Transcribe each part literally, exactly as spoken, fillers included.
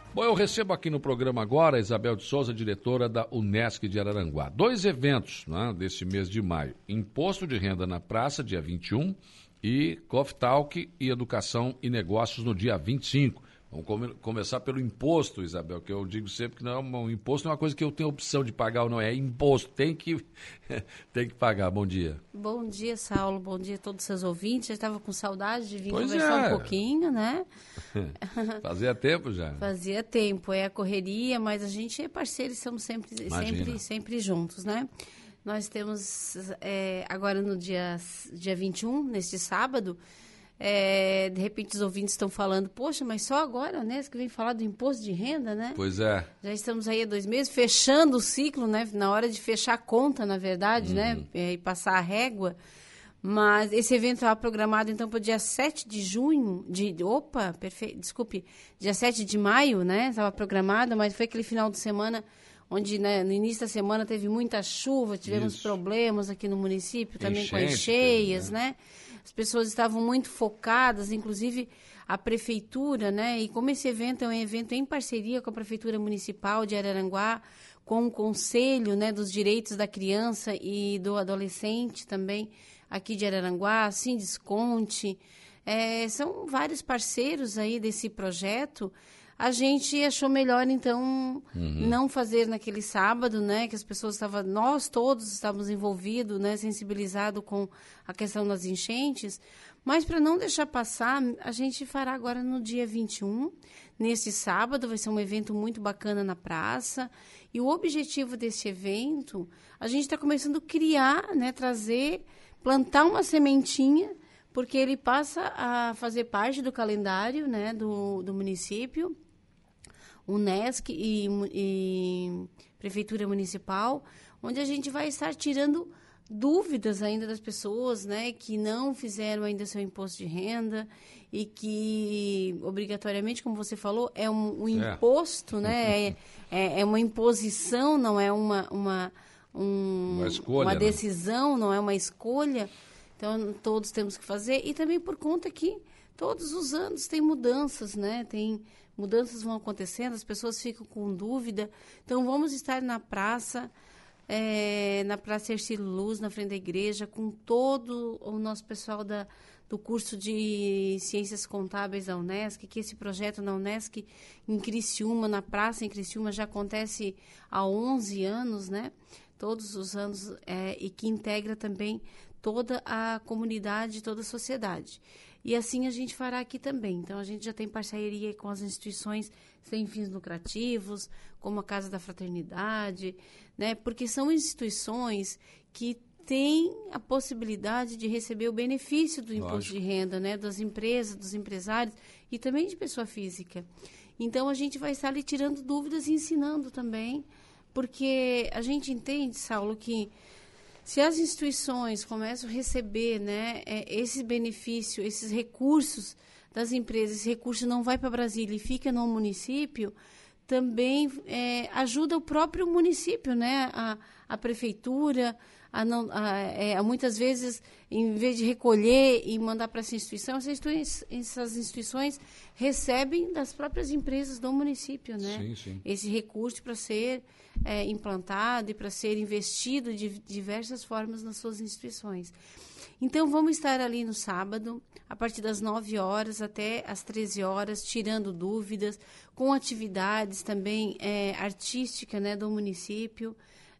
Bom, eu recebo aqui no programa agora a Isabel de Souza, diretora da Unesc de Araranguá. Dois eventos, né, desse mês de maio. Imposto de Renda na Praça, dia vinte e um, e Coffee Talk e Educação e Negócios no dia vinte e cinco. Vamos come- começar pelo imposto, Isabel, que eu digo sempre que não é um, um imposto não é uma coisa que eu tenho opção de pagar ou não, é imposto, tem que, tem que pagar. Bom dia. Bom dia, Saulo, bom dia a todos os seus ouvintes. Eu estava com saudade de vir Pois conversar é. um pouquinho, né? Fazia tempo já. Fazia tempo, é a correria, mas a gente é parceiro e estamos sempre, sempre, sempre juntos, né? Nós temos é, agora no dia, dia vinte e um, neste sábado, é, de repente os ouvintes estão falando, poxa, mas só agora, né, que vem falar do imposto de renda, né? Pois é. Já estamos aí há dois meses, fechando o ciclo, né? Na hora de fechar a conta, na verdade, Uhum. né? É, e passar a régua. Mas esse evento estava programado, então, para o dia sete de junho, de, opa, perfeito, desculpe, dia sete de maio, né? Estava programado, mas foi aquele final de semana onde, né, no início da semana teve muita chuva, tivemos Isso. problemas aqui no município, também com Enchente, encheias, né? né? As pessoas estavam muito focadas, inclusive a prefeitura, né? E como esse evento é um evento em parceria com a Prefeitura Municipal de Araranguá, com o Conselho, né, dos Direitos da Criança e do Adolescente também, aqui de Araranguá, Sindesconte, é, são vários parceiros aí desse projeto. A gente achou melhor, então, uhum. não fazer naquele sábado, né, que as pessoas estavam, nós todos estávamos envolvidos, né, sensibilizados com a questão das enchentes, mas para não deixar passar, a gente fará agora no dia vinte e um, nesse sábado, vai ser um evento muito bacana na praça, e o objetivo desse evento, a gente está começando a criar, né, trazer, plantar uma sementinha, porque ele passa a fazer parte do calendário, né, do, do município, Unesc e, e Prefeitura Municipal, onde a gente vai estar tirando dúvidas ainda das pessoas, né, que não fizeram ainda seu imposto de renda e que, obrigatoriamente, como você falou, é um, um É. imposto, né, é, é uma imposição, não é uma, uma, um, Uma escolha, uma né? decisão, não é uma escolha. Então, todos temos que fazer. E também por conta que todos os anos tem mudanças, né? Tem mudanças vão acontecendo, as pessoas ficam com dúvida. Então, vamos estar na praça, é, na Praça Ercílio Luz, na frente da igreja, com todo o nosso pessoal da, do curso de Ciências Contábeis da Unesc, que esse projeto na Unesc, em Criciúma, na praça em Criciúma, já acontece há onze anos, né? Todos os anos, é, e que integra também toda a comunidade, toda a sociedade. E assim a gente fará aqui também. Então, a gente já tem parceria com as instituições sem fins lucrativos, como a Casa da Fraternidade, né? Porque são instituições que têm a possibilidade de receber o benefício do imposto Lógico. de renda, né? Das empresas, dos empresários e também de pessoa física. Então, a gente vai estar ali tirando dúvidas e ensinando também, porque a gente entende, Saulo, que se as instituições começam a receber, né, esse benefício, esses recursos das empresas, esse recurso não vai para Brasília e fica no município, também é, ajuda o próprio município, né, a, a prefeitura, a não, a, é, muitas vezes, em vez de recolher e mandar para essa instituição, essas instituições, essas instituições recebem das próprias empresas do município, né, Sim, sim. esse recurso para ser é, implantado e para ser investido de diversas formas nas suas instituições. Então, vamos estar ali no sábado, a partir das nove horas até as treze horas, tirando dúvidas, com atividades também é, artísticas, né, do município.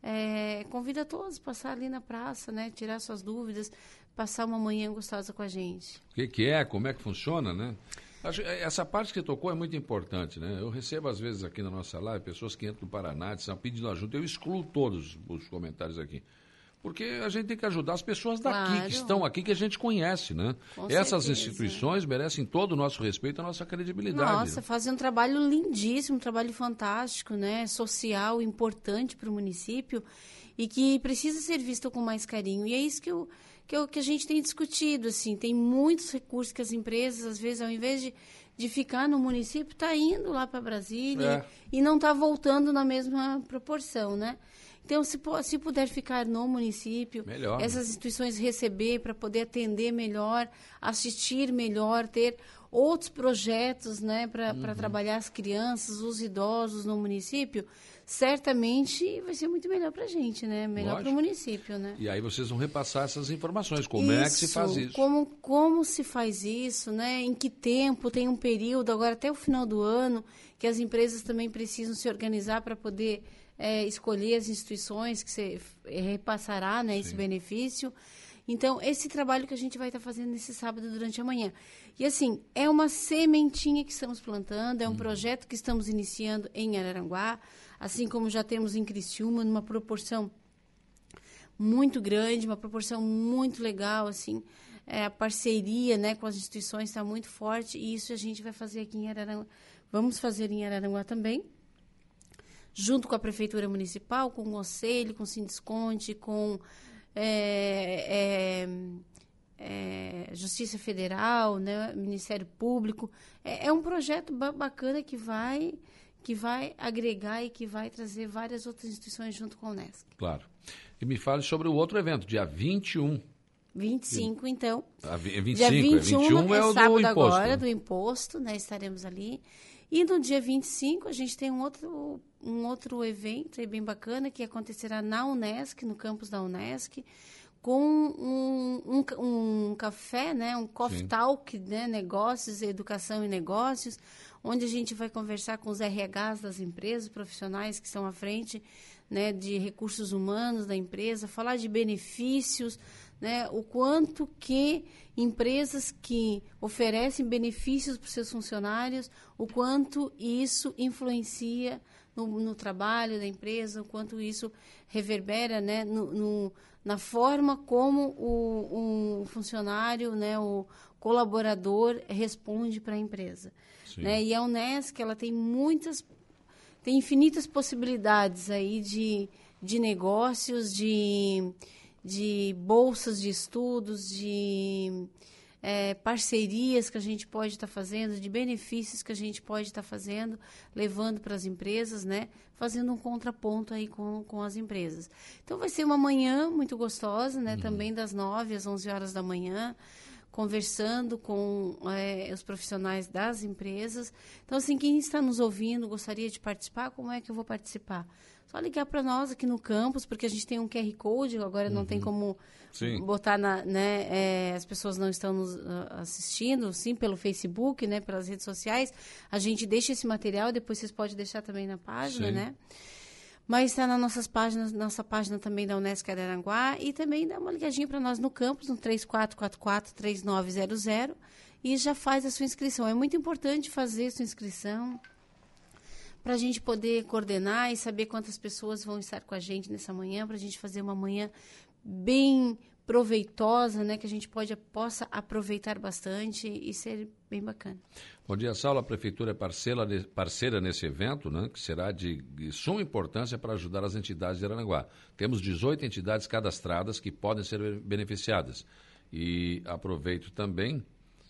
É, convido a todos a passar ali na praça, né, tirar suas dúvidas, passar uma manhã gostosa com a gente. O que, que é, como é que funciona, né? Acho, essa parte que você tocou é muito importante, né? Eu recebo, às vezes, aqui na nossa live, pessoas que entram do Paraná, estão pedindo ajuda. Eu excluo todos os comentários aqui. Porque a gente tem que ajudar as pessoas daqui, Claro. que estão aqui, que a gente conhece, né? Com Essas certeza. instituições merecem todo o nosso respeito e a nossa credibilidade. Nossa, fazem um trabalho lindíssimo, um trabalho fantástico, né? Social, importante para o município e que precisa ser visto com mais carinho. E é isso que, eu, que, eu, que a gente tem discutido, assim. Tem muitos recursos que as empresas, às vezes, ao invés de, de ficar no município, está indo lá para Brasília É. e, e não está voltando na mesma proporção, né? Então, se, se puder ficar no município, Melhor, essas instituições receber para poder atender melhor, assistir melhor, ter outros projetos, né, para Uhum. para trabalhar as crianças, os idosos no município, certamente vai ser muito melhor para a gente, né? Melhor para o município, né? E aí vocês vão repassar essas informações, como isso, é que se faz isso? Como, como se faz isso, né? Em que tempo, tem um período, agora até o final do ano, que as empresas também precisam se organizar para poder é, escolher as instituições que você repassará, né, esse benefício. Então, esse trabalho que a gente vai estar fazendo nesse sábado durante a manhã. E, assim, é uma sementinha que estamos plantando, é um hum. projeto que estamos iniciando em Araranguá, assim como já temos em Criciúma, numa proporção muito grande, uma proporção muito legal, assim, é, a parceria, né, com as instituições está muito forte, e isso a gente vai fazer aqui em Araranguá. Vamos fazer em Araranguá também, junto com a Prefeitura Municipal, com o Conselho, com o Sindisconte, com É, é, é, Justiça Federal, né, Ministério Público. É, é um projeto ba- bacana que vai, que vai agregar e que vai trazer várias outras instituições junto com a Unesc. Claro. E me fale sobre o outro evento, dia vinte e um. vinte e cinco, então. Ah, vinte e cinco, dia vinte e um, é, vinte e um é, é o sábado do imposto. agora, do imposto, né, estaremos ali. E no dia vinte e cinco, a gente tem um outro, um outro evento aí bem bacana, que acontecerá na Unesc, no campus da Unesc, com um, um, um café, né, um coffee Sim. talk, né, negócios, educação e negócios, onde a gente vai conversar com os R Hs das empresas, profissionais que estão à frente, né, de recursos humanos da empresa, falar de benefícios, né, o quanto que empresas que oferecem benefícios para os seus funcionários, o quanto isso influencia no, no trabalho da empresa, o quanto isso reverbera, né, no, no, na forma como o, o funcionário, né, o colaborador responde para a empresa. Né? E a Unesc, ela tem muitas, tem infinitas possibilidades aí de, de negócios, de... de bolsas de estudos, de é, parcerias que a gente pode estar tá fazendo, de benefícios que a gente pode estar tá fazendo, levando para as empresas, né? Fazendo um contraponto aí com, com as empresas. Então, vai ser uma manhã muito gostosa, né? Uhum. Também das nove às onze horas da manhã, conversando com é, os profissionais das empresas. Então, assim, quem está nos ouvindo, gostaria de participar, como é que eu vou participar? Só ligar para nós aqui no campus, porque a gente tem um Q R Code, agora uhum. não tem como sim. botar, na, né, é, as pessoas não estão nos uh, assistindo, sim, pelo Facebook, né, pelas redes sociais. A gente deixa esse material, depois vocês podem deixar também na página, sim. né? Mas está nas nossas páginas, nossa página também da Unesc Araranguá, e também dá uma ligadinha para nós no campus, no três quatro quatro quatro, três nove zero zero, e já faz a sua inscrição. É muito importante fazer a sua inscrição, para a gente poder coordenar e saber quantas pessoas vão estar com a gente nessa manhã, para a gente fazer uma manhã bem proveitosa, né, que a gente pode, possa aproveitar bastante e ser bem bacana. Bom dia, Saulo. A Prefeitura é parceira, parceira nesse evento, né, que será de, de suma importância para ajudar as entidades de Araranguá. Temos dezoito entidades cadastradas que podem ser beneficiadas. E aproveito também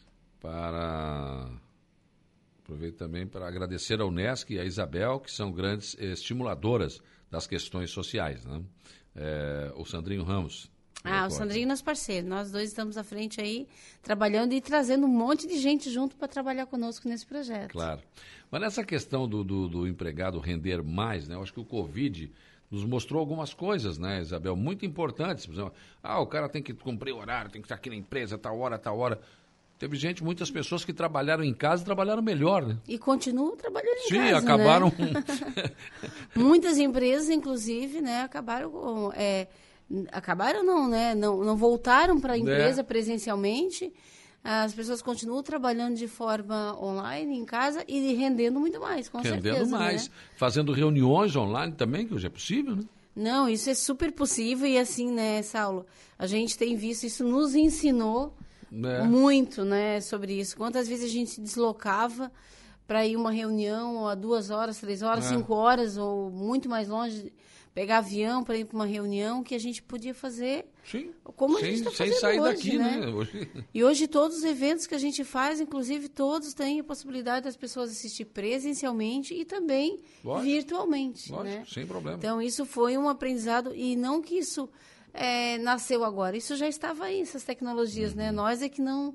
para... Aproveito também para agradecer ao Unesc e à Isabel, que são grandes estimuladoras das questões sociais, né? É, o Sandrinho Ramos. Ah, o Sandrinho é nosso parceiro. Nós dois estamos à frente aí, trabalhando e trazendo um monte de gente junto para trabalhar conosco nesse projeto. Claro. Mas nessa questão do, do, do empregado render mais, né? Eu acho que o Covid nos mostrou algumas coisas, né, Isabel, muito importantes. Por exemplo, ah, o cara tem que cumprir o horário, tem que estar aqui na empresa, tal hora, tal hora. Teve gente, muitas pessoas que trabalharam em casa e trabalharam melhor, né? E continuam trabalhando em Sim, casa, Sim, acabaram... Né? Muitas empresas, inclusive, né, acabaram com... É, acabaram não, né? Não, não voltaram para a empresa é. presencialmente. As pessoas continuam trabalhando de forma online, em casa, e rendendo muito mais, com rendendo certeza. Rendendo mais. Né? Fazendo reuniões online também, que hoje é possível, né? Não, isso é super possível. E assim, né, Saulo? A gente tem visto, isso nos ensinou... É. Muito, né, sobre isso. Quantas vezes a gente se deslocava para ir uma reunião a duas horas, três horas, é. cinco horas, ou muito mais longe, pegar avião para ir para uma reunião que a gente podia fazer Sim. como sem, a gente está sem fazendo sair hoje, daqui, né? né? Hoje... E hoje todos os eventos que a gente faz, inclusive todos têm a possibilidade das pessoas assistir presencialmente e também Lógico. virtualmente. Lógico, né? Sem problema. Então isso foi um aprendizado, e não que isso... É, nasceu agora. Isso já estava aí, essas tecnologias, uhum. né? Nós é que não,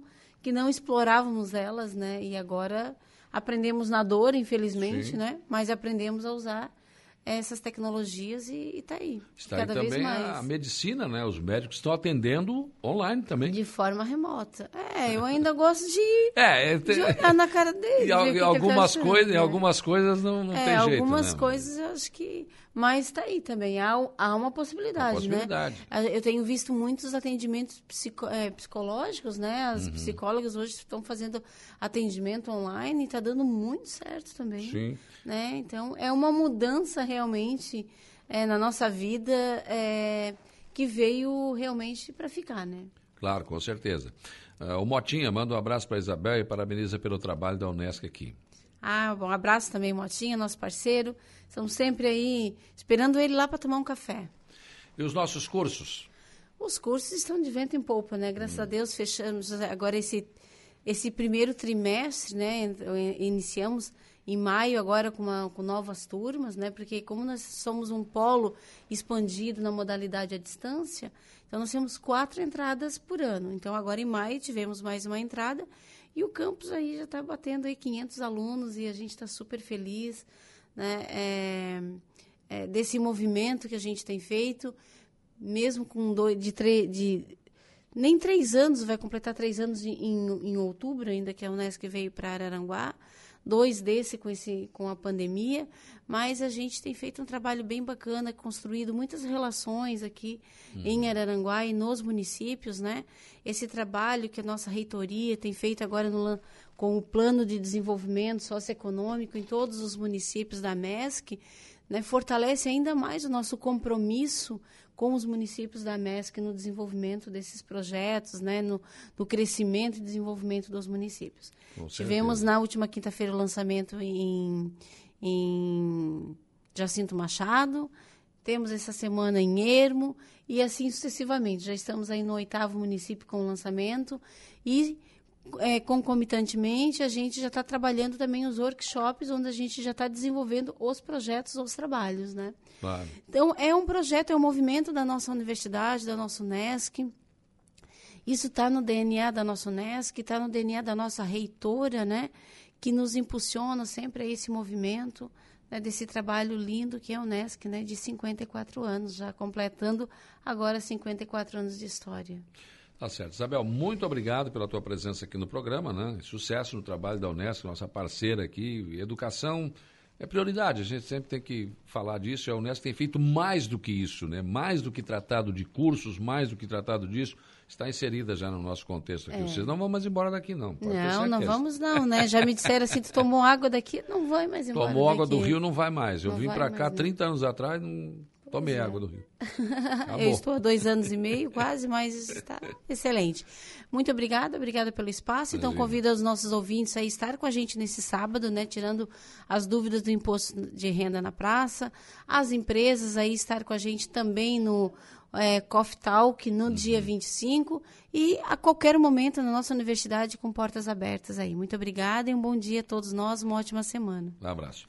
que não explorávamos elas, né? E agora aprendemos na dor, infelizmente, Sim. né? Mas aprendemos a usar essas tecnologias e está aí. Está cada aí vez também mais. a medicina, né? Os médicos estão atendendo online também. De forma remota. É, eu ainda gosto de, É, é te... de olhar na cara dele. E, ver o que e que algumas, ele tá coisas, achando, né? algumas coisas não, não é, tem jeito, algumas né? coisas eu acho que... Mas está aí também, há, há uma possibilidade, Uma possibilidade. né? Eu tenho visto muitos atendimentos psico, é, psicológicos, né? As Uhum. psicólogas hoje estão fazendo atendimento online e está dando muito certo também. Sim. Né? Então, é uma mudança realmente é, na nossa vida é, que veio realmente para ficar, né? Claro, com certeza. Uh, o Motinha manda um abraço para a Isabel e parabeniza pelo trabalho da Unesc aqui. Ah, bom, um abraço também, Motinha, nosso parceiro. Estamos sempre aí esperando ele lá para tomar um café. E os nossos cursos? Os cursos estão de vento em polpa, né? Graças hum. a Deus, fechamos agora esse, esse primeiro trimestre, né? Iniciamos em maio agora com, uma, com novas turmas, né? Porque como nós somos um polo expandido na modalidade à distância, então nós temos quatro entradas por ano. Então agora em maio tivemos mais uma entrada e o campus aí já está batendo aí quinhentos alunos e a gente está super feliz, né? É, é, desse movimento que a gente tem feito, mesmo com dois, de, tre, de nem três anos, vai completar três anos em, em, em outubro ainda que a Unesc veio para Araranguá. Dois desse com, esse, com a pandemia, mas a gente tem feito um trabalho bem bacana, construído muitas relações aqui uhum. em Araranguá e nos municípios, né? Esse trabalho que a nossa reitoria tem feito agora no, com o plano de desenvolvimento socioeconômico em todos os municípios da MESC, né? Fortalece ainda mais o nosso compromisso com os municípios da MESC no desenvolvimento desses projetos, né? no, no crescimento e desenvolvimento dos municípios. Tivemos na última quinta-feira o lançamento em, em Jacinto Machado, temos essa semana em Ermo e assim sucessivamente. Já estamos aí no oitavo município com o lançamento e é, concomitantemente a gente já está trabalhando também os workshops onde a gente já está desenvolvendo os projetos, os trabalhos, né? Claro. Então é um projeto, é um movimento da nossa universidade, da nossa Unesc. Isso está no D N A da nossa Unesc, está no D N A da nossa reitora, né? Que nos impulsiona sempre a esse movimento, né? Desse trabalho lindo que é a Unesc, né? De cinquenta e quatro anos, já completando agora cinquenta e quatro anos de história. Tá certo. Isabel, muito obrigado pela tua presença aqui no programa, né? Sucesso no trabalho da Unesc, nossa parceira aqui. Educação é prioridade, a gente sempre tem que falar disso. A Unesc tem feito mais do que isso, né? Mais do que tratado de cursos, mais do que tratado disso, está inserida já no nosso contexto aqui. É. Vocês não vão mais embora daqui, não. Pode não, não vamos não, né? Já me disseram assim, tu tomou água daqui, não vai mais embora Tomou daqui. água do rio, não vai mais. Eu não vim para cá não. trinta anos atrás, não tomei é. água do rio. Eu estou há dois anos e meio, quase, mas está excelente. Muito obrigada, obrigada pelo espaço. Então, convido os nossos ouvintes a estar com a gente nesse sábado, né, tirando as dúvidas do imposto de renda na praça. As empresas aí estar com a gente também no é, Coffee Talk no uhum. dia vinte e cinco e a qualquer momento na nossa universidade com portas abertas aí. Muito obrigada e um bom dia a todos nós, uma ótima semana. Um abraço.